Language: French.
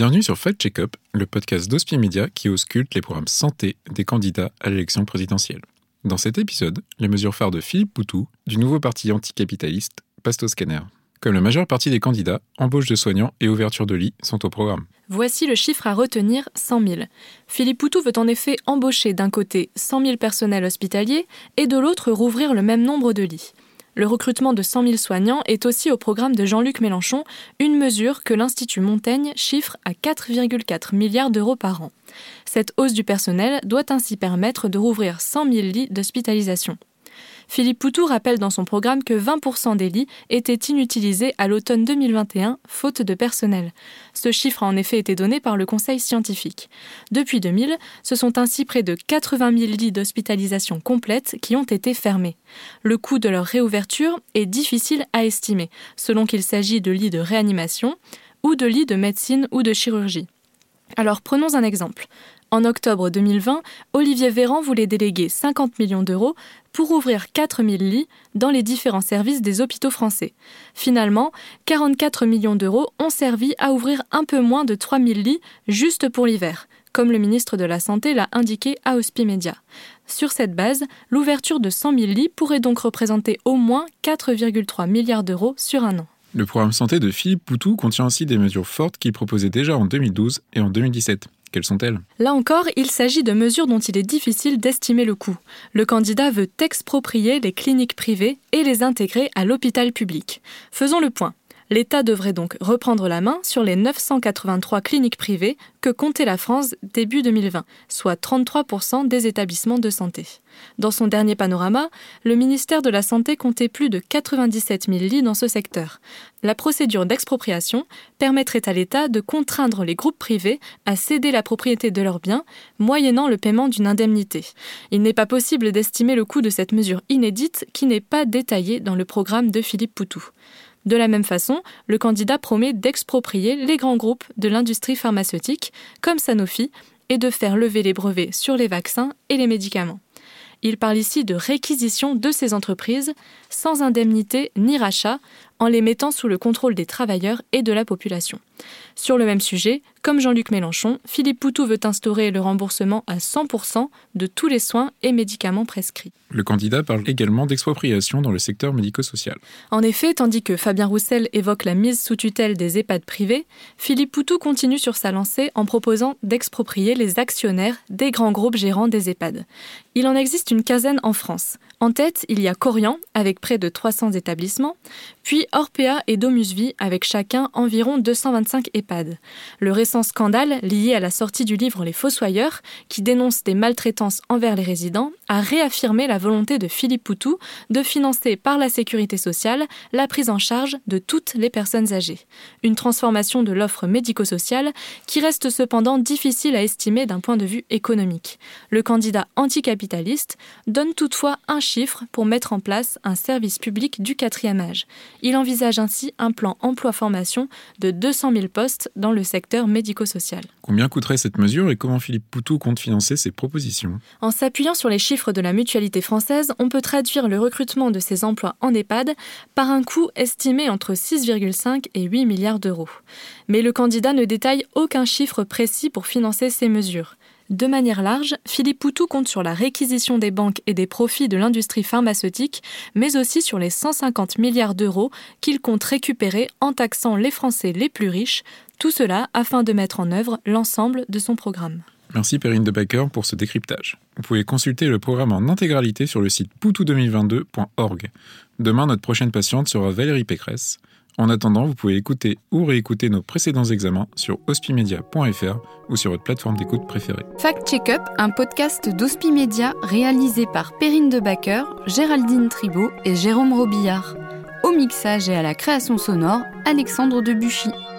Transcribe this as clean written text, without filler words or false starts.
Bienvenue sur Fact Check-up, le podcast d'Hospi Média qui ausculte les programmes santé des candidats à l'élection présidentielle. Dans cet épisode, les mesures phares de Philippe Poutou, du nouveau parti anticapitaliste, passent au scanner. Comme la majeure partie des candidats, embauche de soignants et ouverture de lits sont au programme. Voici le chiffre à retenir, 100 000. Philippe Poutou veut en effet embaucher d'un côté 100 000 personnels hospitaliers et de l'autre rouvrir le même nombre de lits. Le recrutement de 100 000 soignants est aussi au programme de Jean-Luc Mélenchon, une mesure que l'Institut Montaigne chiffre à 4,4 milliards d'euros par an. Cette hausse du personnel doit ainsi permettre de rouvrir 100 000 lits d'hospitalisation. Philippe Poutou rappelle dans son programme que 20% des lits étaient inutilisés à l'automne 2021, faute de personnel. Ce chiffre a en effet été donné par le Conseil scientifique. Depuis 2000, ce sont ainsi près de 80 000 lits d'hospitalisation complète qui ont été fermés. Le coût de leur réouverture est difficile à estimer, selon qu'il s'agit de lits de réanimation ou de lits de médecine ou de chirurgie. Alors prenons un exemple. En octobre 2020, Olivier Véran voulait déléguer 50 millions d'euros pour ouvrir 4 000 lits dans les différents services des hôpitaux français. Finalement, 44 millions d'euros ont servi à ouvrir un peu moins de 3 000 lits juste pour l'hiver, comme le ministre de la Santé l'a indiqué à Hospi Média. Sur cette base, l'ouverture de 100 000 lits pourrait donc représenter au moins 4,3 milliards d'euros sur un an. Le programme santé de Philippe Poutou contient aussi des mesures fortes qu'il proposait déjà en 2012 et en 2017. Quelles sont-elles ? Là encore, il s'agit de mesures dont il est difficile d'estimer le coût. Le candidat veut exproprier les cliniques privées et les intégrer à l'hôpital public. Faisons le point. L'État devrait donc reprendre la main sur les 983 cliniques privées que comptait la France début 2020, soit 33% des établissements de santé. Dans son dernier panorama, le ministère de la Santé comptait plus de 97 000 lits dans ce secteur. La procédure d'expropriation permettrait à l'État de contraindre les groupes privés à céder la propriété de leurs biens, moyennant le paiement d'une indemnité. Il n'est pas possible d'estimer le coût de cette mesure inédite qui n'est pas détaillée dans le programme de Philippe Poutou. De la même façon, le candidat promet d'exproprier les grands groupes de l'industrie pharmaceutique, comme Sanofi, et de faire lever les brevets sur les vaccins et les médicaments. Il parle ici de réquisition de ces entreprises, sans indemnité ni rachat, en les mettant sous le contrôle des travailleurs et de la population. Sur le même sujet, comme Jean-Luc Mélenchon, Philippe Poutou veut instaurer le remboursement à 100% de tous les soins et médicaments prescrits. Le candidat parle également d'expropriation dans le secteur médico-social. En effet, tandis que Fabien Roussel évoque la mise sous tutelle des EHPAD privés, Philippe Poutou continue sur sa lancée en proposant d'exproprier les actionnaires des grands groupes gérants des EHPAD. Il en existe une quinzaine en France. En tête, il y a Korian, avec près de 300 établissements, puis Orpea et Domusvie, avec chacun environ 225 EHPAD. Le récent scandale lié à la sortie du livre Les Fossoyeurs, qui dénonce des maltraitances envers les résidents, a réaffirmé la volonté de Philippe Poutou de financer par la sécurité sociale la prise en charge de toutes les personnes âgées. Une transformation de l'offre médico-sociale qui reste cependant difficile à estimer d'un point de vue économique. Le candidat anticapitaliste donne toutefois un chiffre pour mettre en place un service public du 4e âge. Il envisage ainsi un plan emploi-formation de 200 000 postes dans le secteur médico-social. Combien coûterait cette mesure et comment Philippe Poutou compte financer ses propositions ? En s'appuyant sur les chiffres de la Mutualité française, on peut traduire le recrutement de ces emplois en EHPAD par un coût estimé entre 6,5 et 8 milliards d'euros. Mais le candidat ne détaille aucun chiffre précis pour financer ces mesures. De manière large, Philippe Poutou compte sur la réquisition des banques et des profits de l'industrie pharmaceutique, mais aussi sur les 150 milliards d'euros qu'il compte récupérer en taxant les Français les plus riches, tout cela afin de mettre en œuvre l'ensemble de son programme. Merci Perrine Debacker pour ce décryptage. Vous pouvez consulter le programme en intégralité sur le site poutou2022.org. Demain, notre prochaine patiente sera Valérie Pécresse. En attendant, vous pouvez écouter ou réécouter nos précédents examens sur hospimedia.fr ou sur votre plateforme d'écoute préférée. Fact Check-up, un podcast d'Hospi Média réalisé par Perrine Debacker, Géraldine Tribault et Jérôme Robillard. Au mixage et à la création sonore, Alexandre Debuchy.